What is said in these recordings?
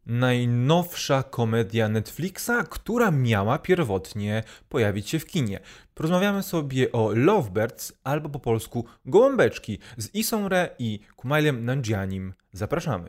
najnowsza komedia Netflixa, która miała pierwotnie pojawić się w kinie. Porozmawiamy sobie o Lovebirds, albo po polsku Gołąbeczki, z Issą Rae i Kumailem Nanjianim. Zapraszamy.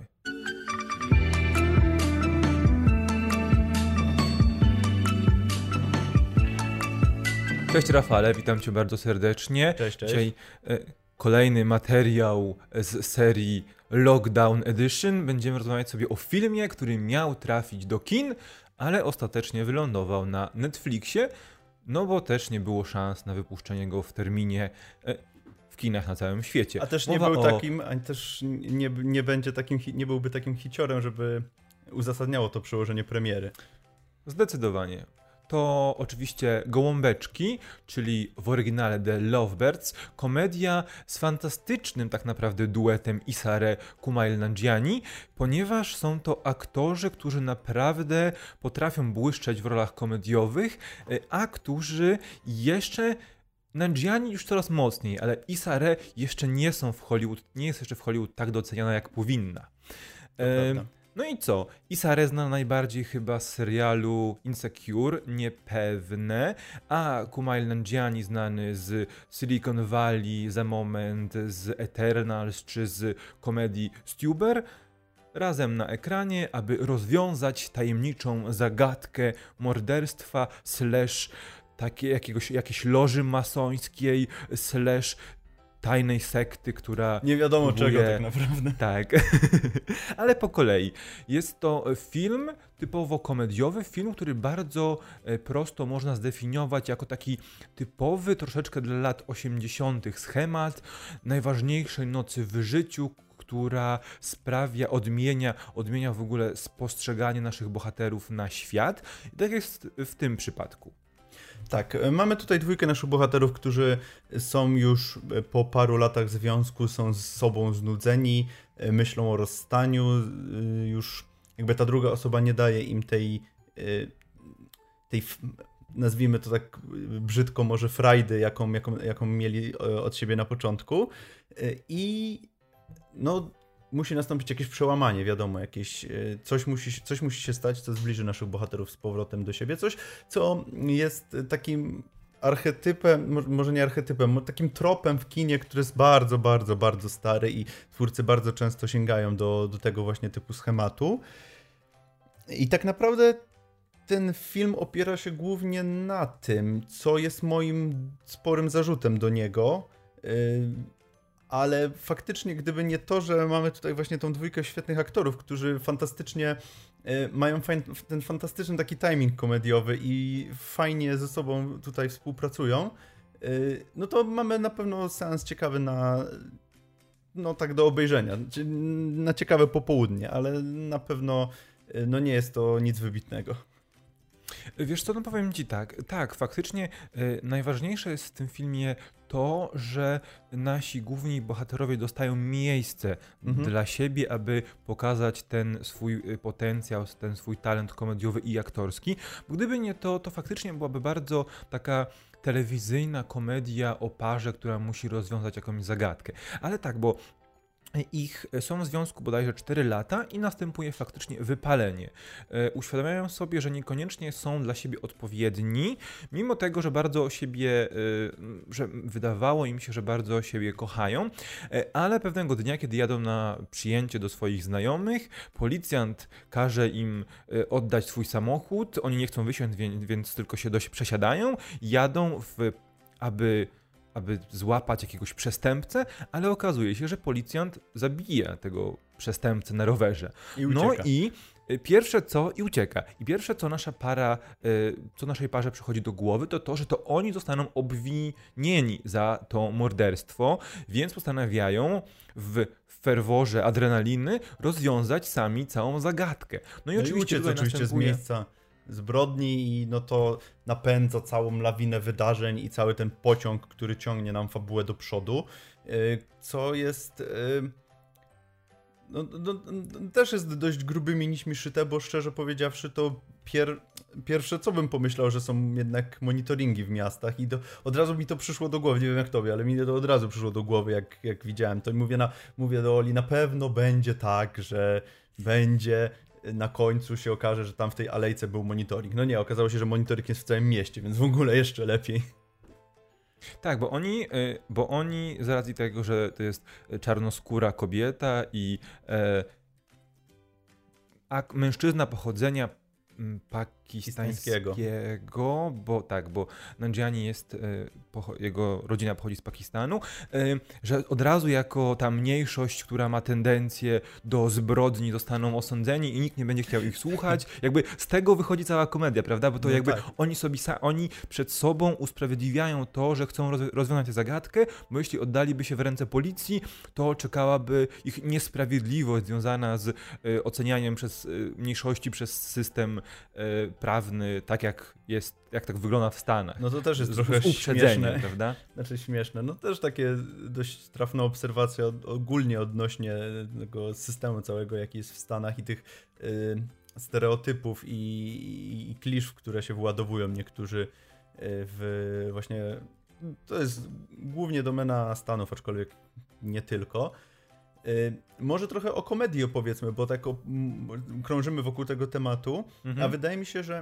Cześć Rafale, witam Cię bardzo serdecznie. Cześć. Dzisiaj kolejny materiał z serii Lockdown Edition. Będziemy rozmawiać sobie o filmie, który miał trafić do kin, ale ostatecznie wylądował na Netflixie, no bo też nie było szans na wypuszczenie go w terminie w kinach na całym świecie. A też nie był takim, ani też nie będzie takim, nie byłby takim hiciorem, żeby uzasadniało to przełożenie premiery. Zdecydowanie. To oczywiście Gołąbeczki, czyli w oryginale The Lovebirds, komedia z fantastycznym tak naprawdę duetem Issa Rae, Kumail Nanjiani, ponieważ są to aktorzy, którzy naprawdę potrafią błyszczeć w rolach komediowych, a którzy jeszcze... Nanjiani już coraz mocniej, ale Issa Rae jeszcze nie są w Hollywood, nie jest jeszcze w Hollywood tak doceniana, jak powinna. No i co? Issa Rae znana najbardziej chyba z serialu Insecure, Niepewne, a Kumail Nanjiani znany z Silicon Valley, za moment z Eternals czy z komedii Stuber, razem na ekranie, aby rozwiązać tajemniczą zagadkę morderstwa jakiejś loży masońskiej tajnej sekty, która... Nie wiadomo czego tak naprawdę. Tak, ale po kolei. Jest to film typowo komediowy, film, który bardzo prosto można zdefiniować jako taki typowy, troszeczkę dla lat 80. schemat najważniejszej nocy w życiu, która odmienia w ogóle spostrzeganie naszych bohaterów na świat. I tak jest w tym przypadku. Tak, mamy tutaj dwójkę naszych bohaterów, którzy są już po paru latach związku, są z sobą znudzeni, myślą o rozstaniu, już jakby ta druga osoba nie daje im tej nazwijmy to tak brzydko może frajdy, jaką mieli od siebie na początku i no musi nastąpić jakieś przełamanie, wiadomo, coś musi się stać, co zbliży naszych bohaterów z powrotem do siebie, coś, co jest takim archetypem, może nie archetypem, takim tropem w kinie, który jest bardzo, bardzo, bardzo stary i twórcy bardzo często sięgają do tego właśnie typu schematu. I tak naprawdę ten film opiera się głównie na tym, co jest moim sporym zarzutem do niego, ale faktycznie, gdyby nie to, że mamy tutaj właśnie tą dwójkę świetnych aktorów, którzy fantastycznie mają ten fantastyczny taki timing komediowy i fajnie ze sobą tutaj współpracują, no to mamy na pewno seans ciekawy tak do obejrzenia, na ciekawe popołudnie, ale na pewno nie jest to nic wybitnego. Wiesz co, no powiem Ci tak, faktycznie najważniejsze jest w tym filmie to, że nasi główni bohaterowie dostają miejsce dla siebie, aby pokazać ten swój potencjał, ten swój talent komediowy i aktorski. Bo gdyby nie to, to faktycznie byłaby bardzo taka telewizyjna komedia o parze, która musi rozwiązać jakąś zagadkę. Ale tak, bo są w związku bodajże 4 lata i następuje faktycznie wypalenie. Uświadamiają sobie, że niekoniecznie są dla siebie odpowiedni, mimo tego, że bardzo siebie, że wydawało im się, że bardzo siebie kochają, ale pewnego dnia, kiedy jadą na przyjęcie do swoich znajomych, policjant każe im oddać swój samochód, oni nie chcą wysiąść, więc tylko się przesiadają, jadą aby złapać jakiegoś przestępcę, ale okazuje się, że policjant zabija tego przestępcę na rowerze. I ucieka. No i ucieka. I pierwsze, co naszej parze przychodzi do głowy, to to, że to oni zostaną obwinieni za to morderstwo, więc postanawiają w ferworze adrenaliny rozwiązać sami całą zagadkę. No i oczywiście z miejsca zbrodni i no to napędza całą lawinę wydarzeń i cały ten pociąg, który ciągnie nam fabułę do przodu, co jest też jest dość grubymi nićmi szyte, bo szczerze powiedziawszy to pierwsze co bym pomyślał, że są jednak monitoringi w miastach i od razu mi to przyszło do głowy, nie wiem jak tobie, ale mi to od razu przyszło do głowy jak widziałem to i mówię do Oli, na pewno będzie tak, że będzie na końcu się okaże, że tam w tej alejce był monitoring. No nie, okazało się, że monitoring jest w całym mieście, więc w ogóle jeszcze lepiej. Tak, bo oni z racji tego, że to jest czarnoskóra kobieta i mężczyzna pochodzenia pakistańskiego, bo Nanjiani jest, jego rodzina pochodzi z Pakistanu, że od razu jako ta mniejszość, która ma tendencję do zbrodni, zostaną osądzeni i nikt nie będzie chciał ich słuchać. Jakby z tego wychodzi cała komedia, prawda? Bo to jakby tak. Oni przed sobą usprawiedliwiają to, że chcą rozwiązać tę zagadkę, bo jeśli oddaliby się w ręce policji, to czekałaby ich niesprawiedliwość związana z ocenianiem przez mniejszości przez system prawny, tak jak tak wygląda w Stanach. No to też jest trochę śmieszne, prawda? Znaczy śmieszne. No też takie dość trafna obserwacja ogólnie odnośnie tego systemu całego, jaki jest w Stanach i tych stereotypów i kliszw, które się władowują niektórzy w właśnie... To jest głównie domena Stanów, aczkolwiek nie tylko. Może trochę o komedii opowiedzmy, bo tak krążymy wokół tego tematu, a wydaje mi się, że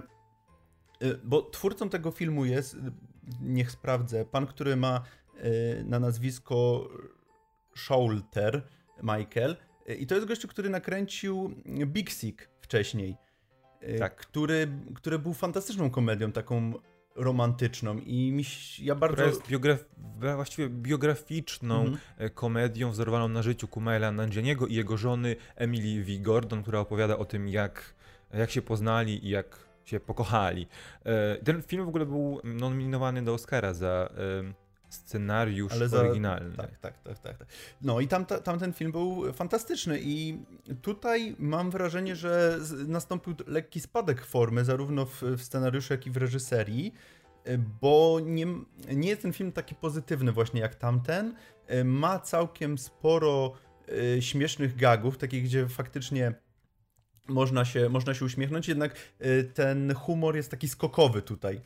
bo twórcą tego filmu jest, niech sprawdzę, pan, który ma na nazwisko Showalter, Michael, i to jest gościu, który nakręcił Big Sick wcześniej, tak. który był fantastyczną komedią, taką romantyczną i ja bardzo... Która jest właściwie biograficzną komedią wzorowaną na życiu Kumaila Nanjianiego i jego żony Emily V. Gordon, która opowiada o tym, jak się poznali i jak się pokochali. Ten film w ogóle był nominowany do Oscara za scenariusz oryginalny. Tak. No i tamten film był fantastyczny i tutaj mam wrażenie, że nastąpił lekki spadek formy, zarówno w scenariuszu, jak i w reżyserii, bo nie jest ten film taki pozytywny właśnie jak tamten. Ma całkiem sporo śmiesznych gagów, takich, gdzie faktycznie można się uśmiechnąć, jednak ten humor jest taki skokowy tutaj.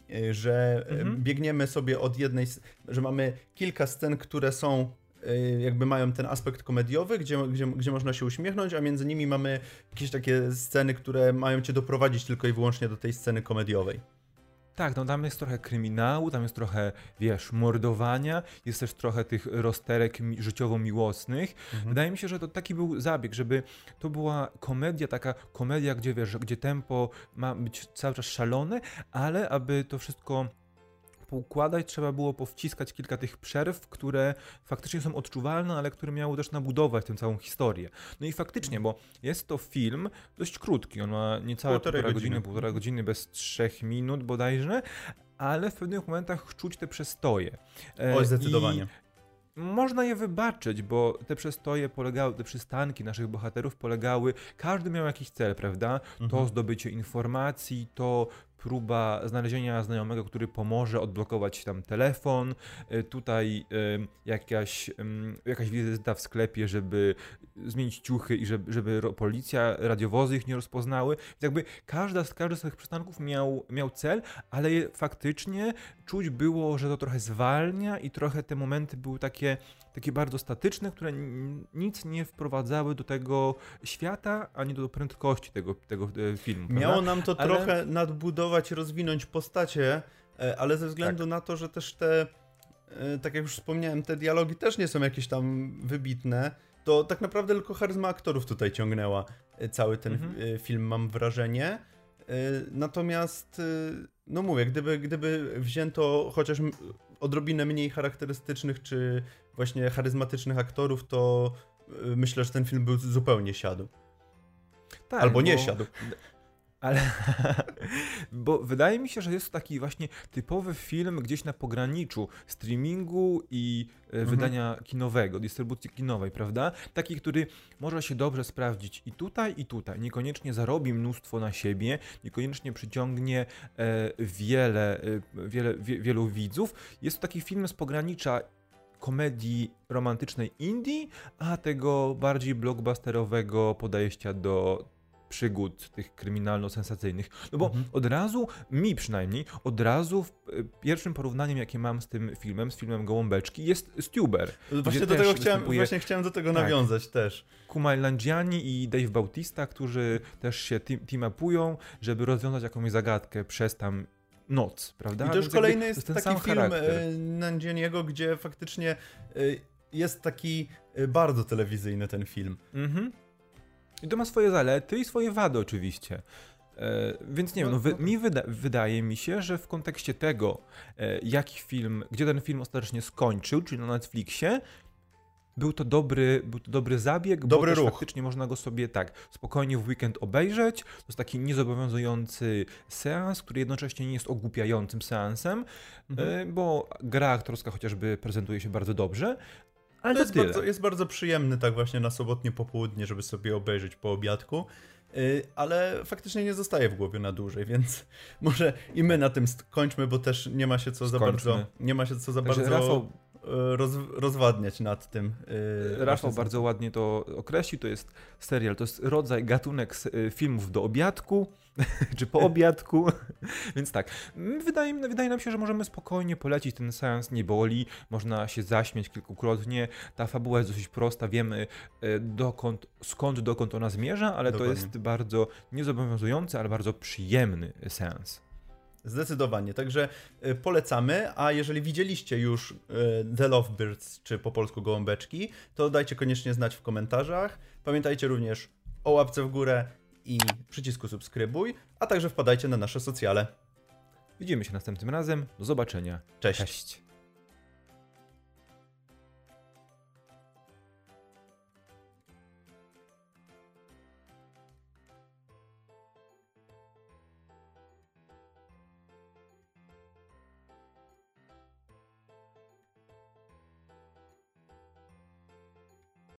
Że biegniemy sobie od jednej, że mamy kilka scen, które są, jakby mają ten aspekt komediowy, gdzie można się uśmiechnąć, a między nimi mamy jakieś takie sceny, które mają cię doprowadzić tylko i wyłącznie do tej sceny komediowej. Tak, no tam jest trochę kryminału, tam jest trochę, mordowania, jest też trochę tych rozterek życiowo-miłosnych. Wydaje mi się, że to taki był zabieg, żeby to była taka komedia, gdzie tempo ma być cały czas szalone, ale aby to wszystko poukładać, trzeba było powciskać kilka tych przerw, które faktycznie są odczuwalne, ale które miały też nabudować tę całą historię. No i faktycznie, bo jest to film dość krótki, on ma niecałe półtora godziny bez 3 minut bodajże, ale w pewnych momentach czuć te przestoje. Oj, zdecydowanie. Można je wybaczyć, bo te przestoje te przystanki naszych bohaterów polegały, każdy miał jakiś cel, prawda? To zdobycie informacji, to próba znalezienia znajomego, który pomoże odblokować tam telefon, tutaj jakaś wizyta w sklepie, żeby zmienić ciuchy i żeby policja, radiowozy ich nie rozpoznały. Więc jakby każdy z tych przystanków miał cel, ale faktycznie czuć było, że to trochę zwalnia i trochę te momenty były takie bardzo statyczne, które nic nie wprowadzały do tego świata, ani do prędkości tego filmu. Miało prawda? Nam to trochę nadbudować, rozwinąć postacie, ale ze względu na to, że też tak jak już wspomniałem, te dialogi też nie są jakieś tam wybitne, to tak naprawdę tylko charyzma aktorów tutaj ciągnęła cały ten film, mam wrażenie. Natomiast, no mówię, gdyby wzięto chociaż odrobinę mniej charakterystycznych czy właśnie charyzmatycznych aktorów, to myślę, że ten film był zupełnie siadł. Tak, albo nie siadł. Ale bo wydaje mi się, że jest to taki właśnie typowy film gdzieś na pograniczu streamingu i wydania kinowego, dystrybucji kinowej, prawda? Taki, który może się dobrze sprawdzić i tutaj. Niekoniecznie zarobi mnóstwo na siebie, niekoniecznie przyciągnie wielu widzów. Jest to taki film z pogranicza komedii romantycznej indie, a tego bardziej blockbusterowego podejścia do przygód tych kryminalno-sensacyjnych. No bo od razu, mi przynajmniej, od razu pierwszym porównaniem, jakie mam z tym filmem, z filmem Gołąbeczki, jest Stuber. Właśnie do tego chciałem do tego nawiązać też. Kumail Nanjiani i Dave Bautista, którzy też się team-upują, żeby rozwiązać jakąś zagadkę przez tam noc, prawda? I to już Więc kolejny jest jest ten taki sam film charakter. Nanjianiego, gdzie faktycznie jest taki bardzo telewizyjny ten film. I to ma swoje zalety i swoje wady oczywiście. Więc nie wiem, wydaje mi się, że w kontekście tego, gdzie ten film ostatecznie skończył, czyli na Netflixie, był to dobry zabieg, dobry bo też ruch. Faktycznie można go sobie spokojnie w weekend obejrzeć. To jest taki niezobowiązujący seans, który jednocześnie nie jest ogłupiającym seansem, bo gra aktorska chociażby prezentuje się bardzo dobrze. Ale to jest bardzo przyjemny tak właśnie na sobotnie popołudnie, żeby sobie obejrzeć po obiadku. Ale faktycznie nie zostaje w głowie na dłużej, więc może i my na tym skończmy, bo też nie ma się co za bardzo Rafał, rozwadniać nad tym. Rafał bardzo ładnie to określił, to jest serial, to jest gatunek filmów do obiadku, czy po obiadku, więc tak, wydaje nam się, że możemy spokojnie polecić ten seans, nie boli, można się zaśmiać kilkukrotnie, ta fabuła jest dosyć prosta, wiemy skąd dokąd ona zmierza, ale Dokładnie. To jest bardzo niezobowiązujący, ale bardzo przyjemny seans. Zdecydowanie, także polecamy, a jeżeli widzieliście już The Lovebirds, czy po polsku Gołąbeczki, to dajcie koniecznie znać w komentarzach. Pamiętajcie również o łapce w górę i przycisku subskrybuj, a także wpadajcie na nasze socjale. Widzimy się następnym razem, do zobaczenia. Cześć.